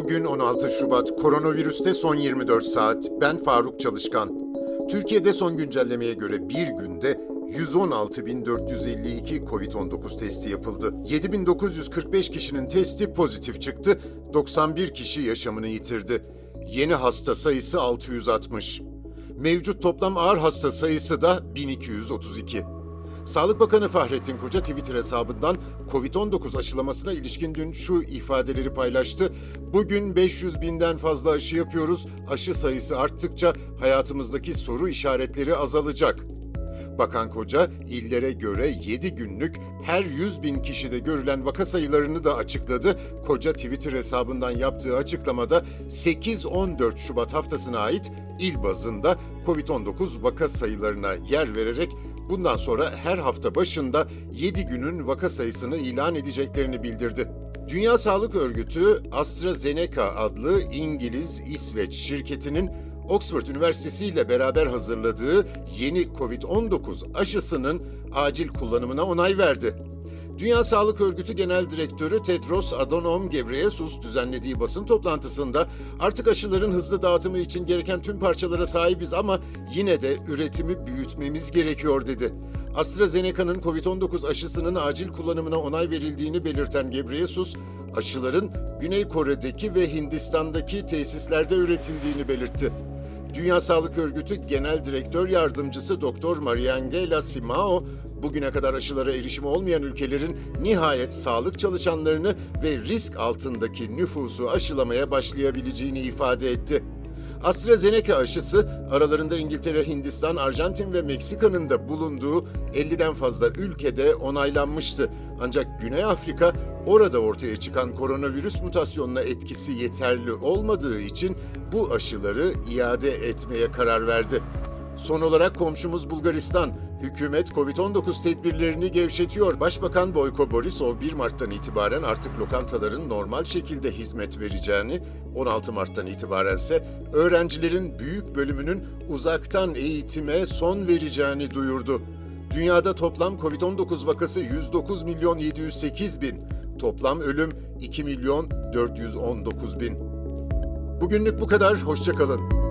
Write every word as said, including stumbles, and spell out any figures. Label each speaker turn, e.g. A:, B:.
A: Bugün on altı Şubat, koronavirüste son yirmi dört saat. Ben Faruk Çalışkan. Türkiye'de son güncellemeye göre bir günde yüz on altı bin dört yüz elli iki kovid on dokuz testi yapıldı. yedi bin dokuz yüz kırk beş kişinin testi pozitif çıktı, doksan bir kişi yaşamını yitirdi. Yeni hasta sayısı altı yüz altmış. Mevcut toplam ağır hasta sayısı da bin iki yüz otuz iki. Sağlık Bakanı Fahrettin Koca Twitter hesabından kovid on dokuz aşılamasına ilişkin dün şu ifadeleri paylaştı. Bugün beş yüz binden fazla aşı yapıyoruz. Aşı sayısı arttıkça hayatımızdaki soru işaretleri azalacak. Bakan Koca, illere göre yedi günlük her yüz bin kişide görülen vaka sayılarını da açıkladı. Koca Twitter hesabından yaptığı açıklamada sekiz on dört Şubat haftasına ait il bazında kovid on dokuz vaka sayılarına yer vererek bundan sonra her hafta başında yedi günün vaka sayısını ilan edeceklerini bildirdi. Dünya Sağlık Örgütü, AstraZeneca adlı İngiliz-İsveç şirketinin Oxford Üniversitesi ile beraber hazırladığı yeni kovid on dokuz aşısının acil kullanımına onay verdi. Dünya Sağlık Örgütü Genel Direktörü Tedros Adhanom Ghebreyesus düzenlediği basın toplantısında artık aşıların hızlı dağıtımı için gereken tüm parçalara sahibiz ama yine de üretimi büyütmemiz gerekiyor dedi. AstraZeneca'nın kovid on dokuz aşısının acil kullanımına onay verildiğini belirten Ghebreyesus, aşıların Güney Kore'deki ve Hindistan'daki tesislerde üretildiğini belirtti. Dünya Sağlık Örgütü Genel Direktör Yardımcısı Doktor Mariangela Simao, bugüne kadar aşılara erişimi olmayan ülkelerin nihayet sağlık çalışanlarını ve risk altındaki nüfusu aşılamaya başlayabileceğini ifade etti. AstraZeneca aşısı aralarında İngiltere, Hindistan, Arjantin ve Meksika'nın da bulunduğu elliden fazla ülkede onaylanmıştı. Ancak Güney Afrika orada ortaya çıkan koronavirüs mutasyonuna etkisi yeterli olmadığı için bu aşıları iade etmeye karar verdi. Son olarak komşumuz Bulgaristan, hükümet kovid on dokuz tedbirlerini gevşetiyor. Başbakan Boyko Borisov bir Mart'tan itibaren artık lokantaların normal şekilde hizmet vereceğini, on altı Mart'tan itibaren ise öğrencilerin büyük bölümünün uzaktan eğitime son vereceğini duyurdu. Dünyada toplam kovid on dokuz vakası yüz dokuz milyon yedi yüz sekiz bin, toplam ölüm iki milyon dört yüz on dokuz bin. Bugünlük bu kadar, hoşça kalın.